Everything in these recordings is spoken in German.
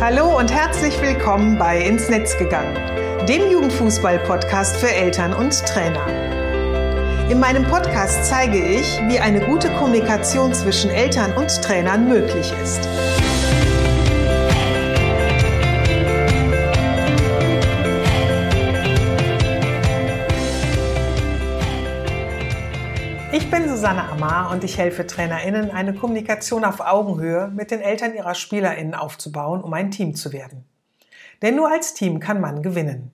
Hallo und herzlich willkommen bei Ins Netz gegangen, dem Jugendfußball-Podcast für Eltern und Trainer. In meinem Podcast zeige ich, wie eine gute Kommunikation zwischen Eltern und Trainern möglich ist. Ich bin Susanne Amar und ich helfe TrainerInnen, eine Kommunikation auf Augenhöhe mit den Eltern ihrer SpielerInnen aufzubauen, um ein Team zu werden. Denn nur als Team kann man gewinnen.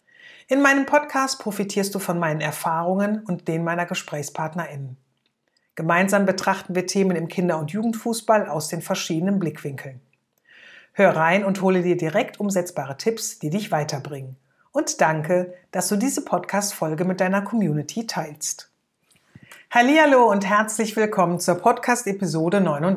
In meinem Podcast profitierst du von meinen Erfahrungen und denen meiner GesprächspartnerInnen. Gemeinsam betrachten wir Themen im Kinder- und Jugendfußball aus den verschiedenen Blickwinkeln. Hör rein und hole dir direkt umsetzbare Tipps, die dich weiterbringen. Und danke, dass du diese Podcast-Folge mit deiner Community teilst. Hallihallo und herzlich willkommen zur Podcast-Episode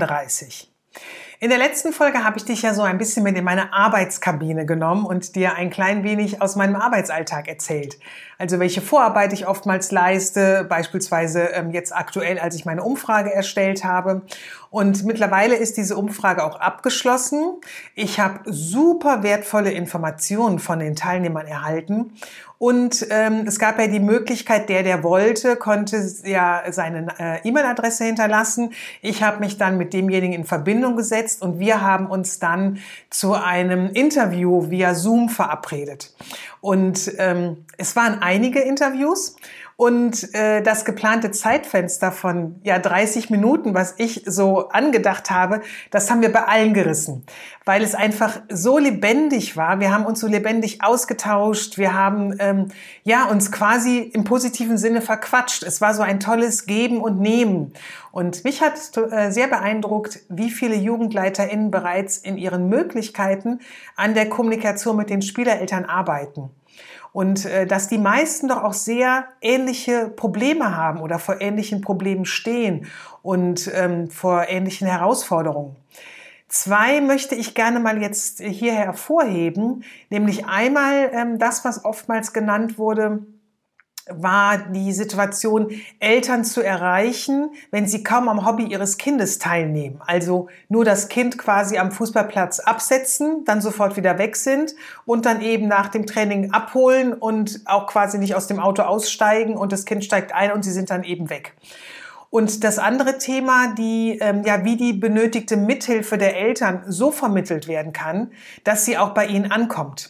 39. In der letzten Folge habe ich dich ja so ein bisschen mit in meine Arbeitskabine genommen und dir ein klein wenig aus meinem Arbeitsalltag erzählt. Also welche Vorarbeit ich oftmals leiste, beispielsweise jetzt aktuell, als ich meine Umfrage erstellt habe. Und mittlerweile ist diese Umfrage auch abgeschlossen. Ich habe super wertvolle Informationen von den Teilnehmern erhalten. Und es gab ja die Möglichkeit, der wollte, konnte ja seine E-Mail-Adresse hinterlassen. Ich habe mich dann mit demjenigen in Verbindung gesetzt und wir haben uns dann zu einem Interview via Zoom verabredet. Und es waren einige Interviews. Und das geplante Zeitfenster von 30 Minuten, was ich so angedacht habe, das haben wir bei allen gerissen, weil es einfach so lebendig war. Wir haben uns so lebendig ausgetauscht, wir haben uns quasi im positiven Sinne verquatscht. Es war so ein tolles Geben und Nehmen. Und mich hat sehr beeindruckt, wie viele JugendleiterInnen bereits in ihren Möglichkeiten an der Kommunikation mit den Spielereltern arbeiten. Und dass die meisten doch auch sehr ähnliche Probleme haben oder vor ähnlichen Problemen stehen und vor ähnlichen Herausforderungen. Zwei möchte ich gerne mal jetzt hier hervorheben, nämlich einmal das, was oftmals genannt wurde, war die Situation, Eltern zu erreichen, wenn sie kaum am Hobby ihres Kindes teilnehmen. Also nur das Kind quasi am Fußballplatz absetzen, dann sofort wieder weg sind und dann eben nach dem Training abholen und auch quasi nicht aus dem Auto aussteigen und das Kind steigt ein und sie sind dann eben weg. Und das andere Thema, wie die benötigte Mithilfe der Eltern so vermittelt werden kann, dass sie auch bei ihnen ankommt.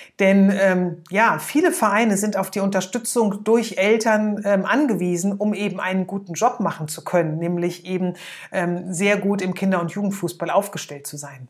Denn viele Vereine sind auf die Unterstützung durch Eltern angewiesen, um eben einen guten Job machen zu können, nämlich eben sehr gut im Kinder- und Jugendfußball aufgestellt zu sein.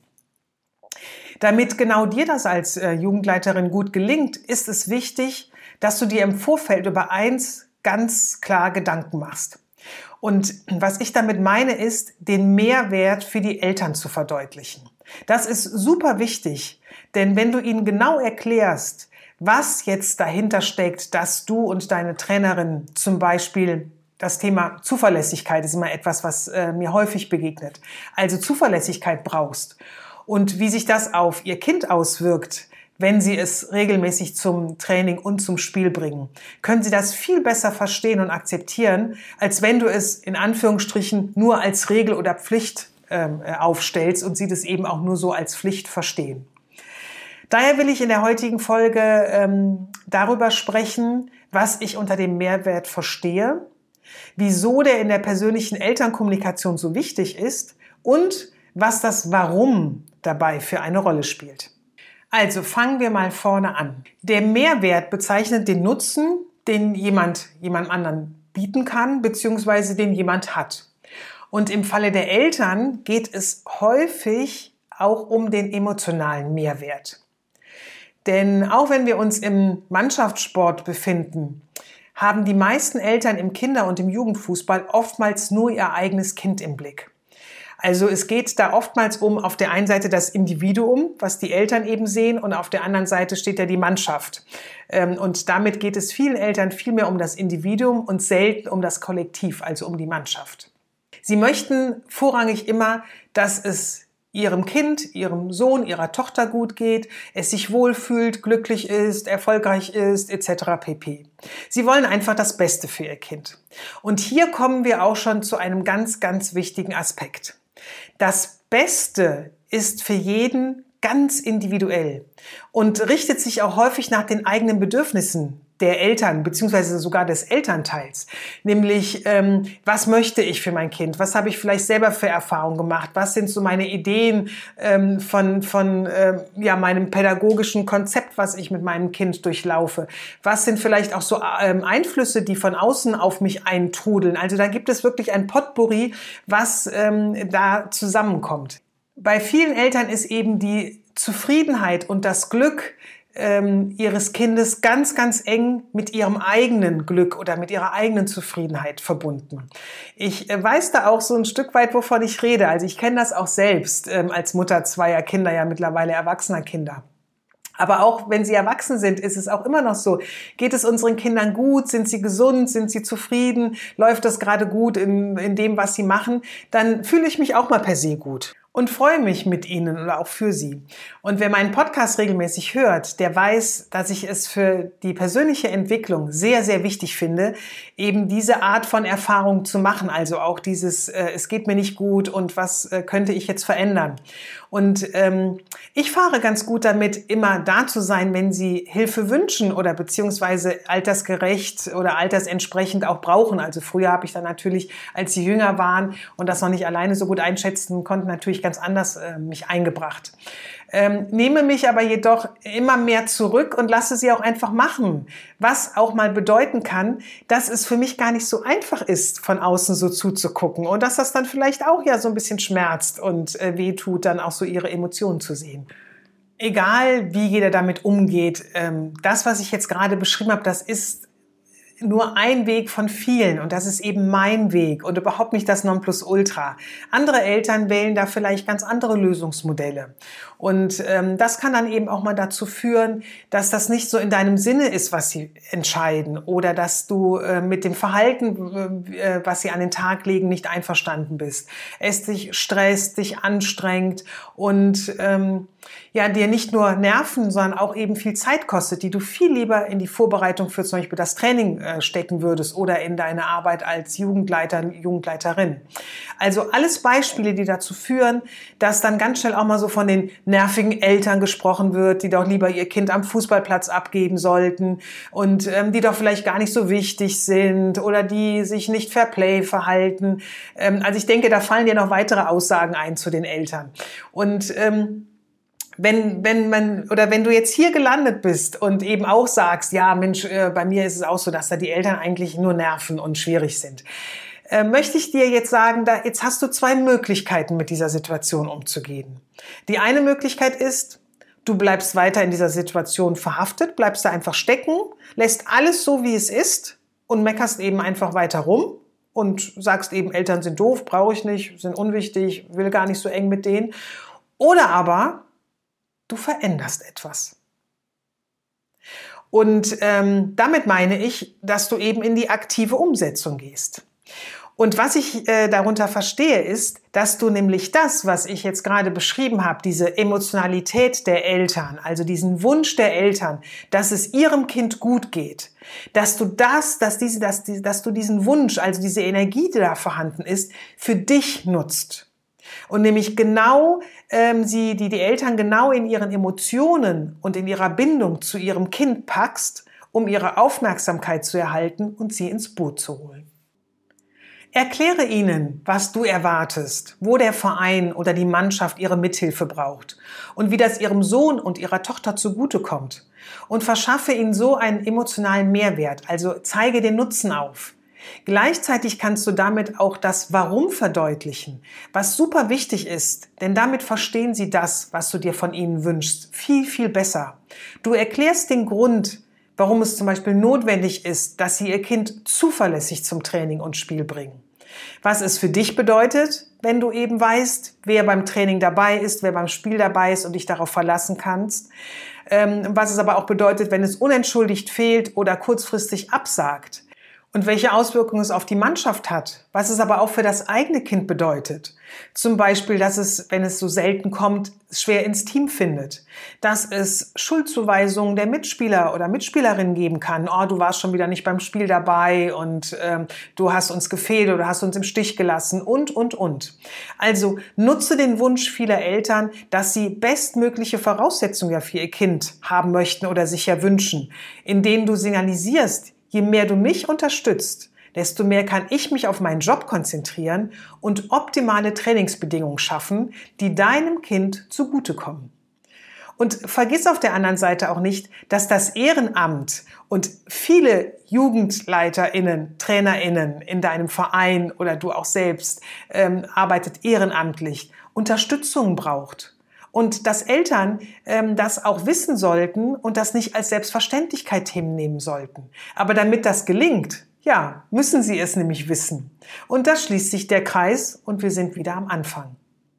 Damit genau dir das als Jugendleiterin gut gelingt, ist es wichtig, dass du dir im Vorfeld über eins ganz klar Gedanken machst. Und was ich damit meine, ist, den Mehrwert für die Eltern zu verdeutlichen. Das ist super wichtig, denn wenn du ihnen genau erklärst, was jetzt dahinter steckt, dass du und deine Trainerin zum Beispiel das Thema Zuverlässigkeit ist immer etwas, was mir häufig begegnet, also Zuverlässigkeit brauchst und wie sich das auf ihr Kind auswirkt, wenn sie es regelmäßig zum Training und zum Spiel bringen, können sie das viel besser verstehen und akzeptieren, als wenn du es in Anführungsstrichen nur als Regel oder Pflicht aufstellst und sie das eben auch nur so als Pflicht verstehen. Daher will ich in der heutigen Folge darüber sprechen, was ich unter dem Mehrwert verstehe, wieso der in der persönlichen Elternkommunikation so wichtig ist und was das Warum dabei für eine Rolle spielt. Also fangen wir mal vorne an. Der Mehrwert bezeichnet den Nutzen, den jemand anderen bieten kann, beziehungsweise den jemand hat. Und im Falle der Eltern geht es häufig auch um den emotionalen Mehrwert. Denn auch wenn wir uns im Mannschaftssport befinden, haben die meisten Eltern im Kinder- und im Jugendfußball oftmals nur ihr eigenes Kind im Blick. Also es geht da oftmals um auf der einen Seite das Individuum, was die Eltern eben sehen, und auf der anderen Seite steht ja die Mannschaft. Und damit geht es vielen Eltern viel mehr um das Individuum und selten um das Kollektiv, also um die Mannschaft. Sie möchten vorrangig immer, dass es ihrem Kind, ihrem Sohn, ihrer Tochter gut geht, es sich wohlfühlt, glücklich ist, erfolgreich ist, etc. pp. Sie wollen einfach das Beste für ihr Kind. Und hier kommen wir auch schon zu einem ganz, ganz wichtigen Aspekt. Das Beste ist für jeden ganz individuell und richtet sich auch häufig nach den eigenen Bedürfnissen der Eltern beziehungsweise sogar des Elternteils. Nämlich, was möchte ich für mein Kind? Was habe ich vielleicht selber für Erfahrungen gemacht? Was sind so meine Ideen von meinem pädagogischen Konzept, was ich mit meinem Kind durchlaufe? Was sind vielleicht auch so Einflüsse, die von außen auf mich eintrudeln? Also da gibt es wirklich ein Potpourri, was da zusammenkommt. Bei vielen Eltern ist eben die Zufriedenheit und das Glück ihres Kindes ganz, ganz eng mit ihrem eigenen Glück oder mit ihrer eigenen Zufriedenheit verbunden. Ich weiß da auch so ein Stück weit, wovon ich rede. Also ich kenne das auch selbst als Mutter zweier Kinder, ja mittlerweile erwachsener Kinder. Aber auch wenn sie erwachsen sind, ist es auch immer noch so. Geht es unseren Kindern gut? Sind sie gesund? Sind sie zufrieden? Läuft das gerade gut in dem, was sie machen? Dann fühle ich mich auch mal per se gut und freue mich mit ihnen oder auch für sie. Und wer meinen Podcast regelmäßig hört, der weiß, dass ich es für die persönliche Entwicklung sehr, sehr wichtig finde, eben diese Art von Erfahrung zu machen. Also auch dieses, es geht mir nicht gut und was könnte ich jetzt verändern? Und ich fahre ganz gut damit, immer da zu sein, wenn Sie Hilfe wünschen oder beziehungsweise altersgerecht oder altersentsprechend auch brauchen. Also früher habe ich dann natürlich, als Sie jünger waren und das noch nicht alleine so gut einschätzen konnten, natürlich ganz anders mich eingebracht. Nehme mich aber jedoch immer mehr zurück und lasse sie auch einfach machen, was auch mal bedeuten kann, dass es für mich gar nicht so einfach ist, von außen so zuzugucken und dass das dann vielleicht auch ja so ein bisschen schmerzt und wehtut, dann auch so ihre Emotionen zu sehen. Egal, wie jeder damit umgeht, das, was ich jetzt gerade beschrieben habe, das ist nur ein Weg von vielen und das ist eben mein Weg und überhaupt nicht das Nonplusultra. Andere Eltern wählen da vielleicht ganz andere Lösungsmodelle und das kann dann eben auch mal dazu führen, dass das nicht so in deinem Sinne ist, was sie entscheiden oder dass du mit dem Verhalten, was sie an den Tag legen, nicht einverstanden bist. Es dich stresst, dich anstrengt und dir nicht nur Nerven, sondern auch eben viel Zeit kostet, die du viel lieber in die Vorbereitung für zum Beispiel das Training stecken würdest oder in deine Arbeit als Jugendleiter, Jugendleiterin. Also alles Beispiele, die dazu führen, dass dann ganz schnell auch mal so von den nervigen Eltern gesprochen wird, die doch lieber ihr Kind am Fußballplatz abgeben sollten und die doch vielleicht gar nicht so wichtig sind oder die sich nicht fair play verhalten. Also ich denke, da fallen dir noch weitere Aussagen ein zu den Eltern. Und wenn du jetzt hier gelandet bist und eben auch sagst, ja Mensch, bei mir ist es auch so, dass da die Eltern eigentlich nur nerven und schwierig sind, möchte ich dir jetzt sagen, jetzt hast du zwei Möglichkeiten, mit dieser Situation umzugehen. Die eine Möglichkeit ist, du bleibst weiter in dieser Situation verhaftet, bleibst da einfach stecken, lässt alles so, wie es ist und meckerst eben einfach weiter rum und sagst eben, Eltern sind doof, brauche ich nicht, sind unwichtig, will gar nicht so eng mit denen. Oder aber du veränderst etwas. Und damit meine ich, dass du eben in die aktive Umsetzung gehst. Und was ich darunter verstehe, ist, dass du nämlich das, was ich jetzt gerade beschrieben habe, diese Emotionalität der Eltern, also diesen Wunsch der Eltern, dass es ihrem Kind gut geht, dass du diesen Wunsch, also diese Energie, die da vorhanden ist, für dich nutzt. Und nämlich genau die Eltern genau in ihren Emotionen und in ihrer Bindung zu ihrem Kind packst, um ihre Aufmerksamkeit zu erhalten und sie ins Boot zu holen. Erkläre ihnen, was du erwartest, wo der Verein oder die Mannschaft ihre Mithilfe braucht und wie das ihrem Sohn und ihrer Tochter zugutekommt. Und verschaffe ihnen so einen emotionalen Mehrwert, also zeige den Nutzen auf. Gleichzeitig kannst du damit auch das Warum verdeutlichen, was super wichtig ist, denn damit verstehen sie das, was du dir von ihnen wünschst, viel, viel besser. Du erklärst den Grund, warum es zum Beispiel notwendig ist, dass sie ihr Kind zuverlässig zum Training und Spiel bringen. Was es für dich bedeutet, wenn du eben weißt, wer beim Training dabei ist, wer beim Spiel dabei ist und dich darauf verlassen kannst. Was es aber auch bedeutet, wenn es unentschuldigt fehlt oder kurzfristig absagt. und welche Auswirkungen es auf die Mannschaft hat, was es aber auch für das eigene Kind bedeutet. Zum Beispiel, dass es, wenn es so selten kommt, schwer ins Team findet, dass es Schuldzuweisungen der Mitspieler oder Mitspielerin geben kann. Oh, du warst schon wieder nicht beim Spiel dabei und du hast uns gefehlt oder hast uns im Stich gelassen und. Also nutze den Wunsch vieler Eltern, dass sie bestmögliche Voraussetzungen ja für ihr Kind haben möchten oder sich ja wünschen, in denen du signalisierst, je mehr du mich unterstützt, desto mehr kann ich mich auf meinen Job konzentrieren und optimale Trainingsbedingungen schaffen, die deinem Kind zugutekommen. Und vergiss auf der anderen Seite auch nicht, dass das Ehrenamt und viele JugendleiterInnen, TrainerInnen in deinem Verein oder du auch selbst arbeitet ehrenamtlich, Unterstützung braucht. Und dass Eltern das auch wissen sollten und das nicht als Selbstverständlichkeit hinnehmen sollten. Aber damit das gelingt, ja, müssen sie es nämlich wissen. Und da schließt sich der Kreis und wir sind wieder am Anfang.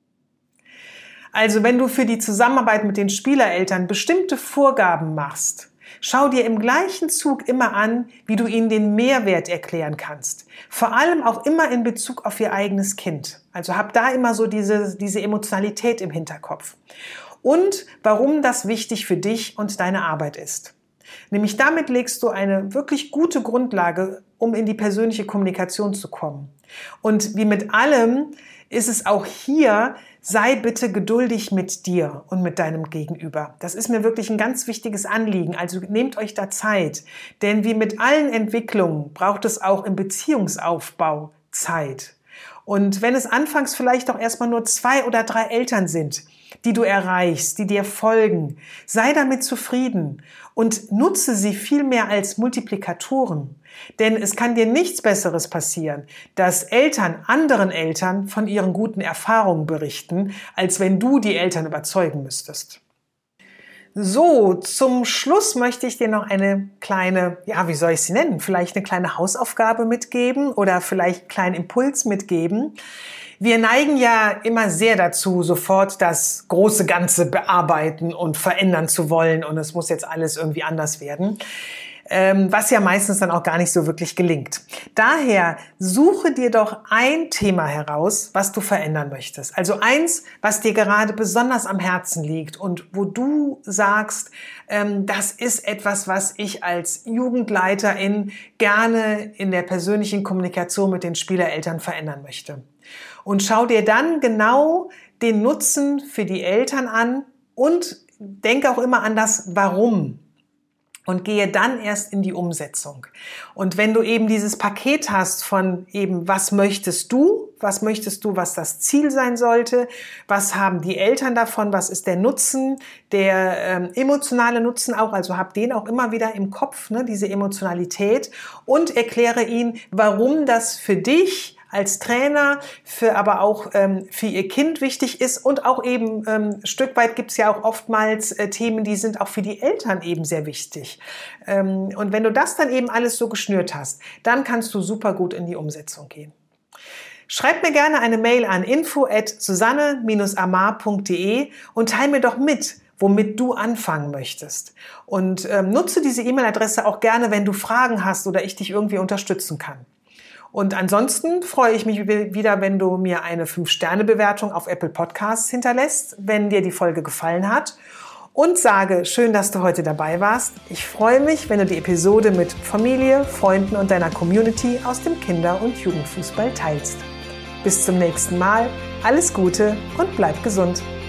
Also wenn du für die Zusammenarbeit mit den Spielereltern bestimmte Vorgaben machst, schau dir im gleichen Zug immer an, wie du ihnen den Mehrwert erklären kannst. Vor allem auch immer in Bezug auf ihr eigenes Kind. Also hab da immer so diese Emotionalität im Hinterkopf. Und warum das wichtig für dich und deine Arbeit ist. Nämlich damit legst du eine wirklich gute Grundlage, um in die persönliche Kommunikation zu kommen. Und wie mit allem ist es auch hier, sei bitte geduldig mit dir und mit deinem Gegenüber. Das ist mir wirklich ein ganz wichtiges Anliegen. Also nehmt euch da Zeit. Denn wie mit allen Entwicklungen braucht es auch im Beziehungsaufbau Zeit. Und wenn es anfangs vielleicht auch erstmal nur 2 oder 3 Eltern sind, die du erreichst, die dir folgen, sei damit zufrieden und nutze sie vielmehr als Multiplikatoren. Denn es kann dir nichts Besseres passieren, dass Eltern anderen Eltern von ihren guten Erfahrungen berichten, als wenn du die Eltern überzeugen müsstest. So, zum Schluss möchte ich dir noch eine kleine, ja, wie soll ich sie nennen? Vielleicht eine kleine Hausaufgabe mitgeben oder vielleicht einen kleinen Impuls mitgeben. Wir neigen ja immer sehr dazu, sofort das große Ganze bearbeiten und verändern zu wollen und es muss jetzt alles irgendwie anders werden, was ja meistens dann auch gar nicht so wirklich gelingt. Daher suche dir doch ein Thema heraus, was du verändern möchtest. Also eins, was dir gerade besonders am Herzen liegt und wo du sagst, das ist etwas, was ich als Jugendleiterin gerne in der persönlichen Kommunikation mit den Spielereltern verändern möchte. Und schau dir dann genau den Nutzen für die Eltern an und denke auch immer an das Warum. Und gehe dann erst in die Umsetzung. Und wenn du eben dieses Paket hast von eben, was möchtest du, was das Ziel sein sollte, was haben die Eltern davon, was ist der Nutzen, der emotionale Nutzen auch, also hab den auch immer wieder im Kopf, ne, diese Emotionalität und erkläre ihnen, warum das für dich als Trainer, aber auch für ihr Kind wichtig ist und auch eben ein Stück weit gibt es ja auch oftmals Themen, die sind auch für die Eltern eben sehr wichtig. Und wenn du das dann eben alles so geschnürt hast, dann kannst du super gut in die Umsetzung gehen. Schreib mir gerne eine Mail an info@susanne-amar.de und teil mir doch mit, womit du anfangen möchtest. Und nutze diese E-Mail-Adresse auch gerne, wenn du Fragen hast oder ich dich irgendwie unterstützen kann. Und ansonsten freue ich mich wieder, wenn du mir eine 5-Sterne-Bewertung auf Apple Podcasts hinterlässt, wenn dir die Folge gefallen hat. Und sage, schön, dass du heute dabei warst. Ich freue mich, wenn du die Episode mit Familie, Freunden und deiner Community aus dem Kinder- und Jugendfußball teilst. Bis zum nächsten Mal. Alles Gute und bleib gesund.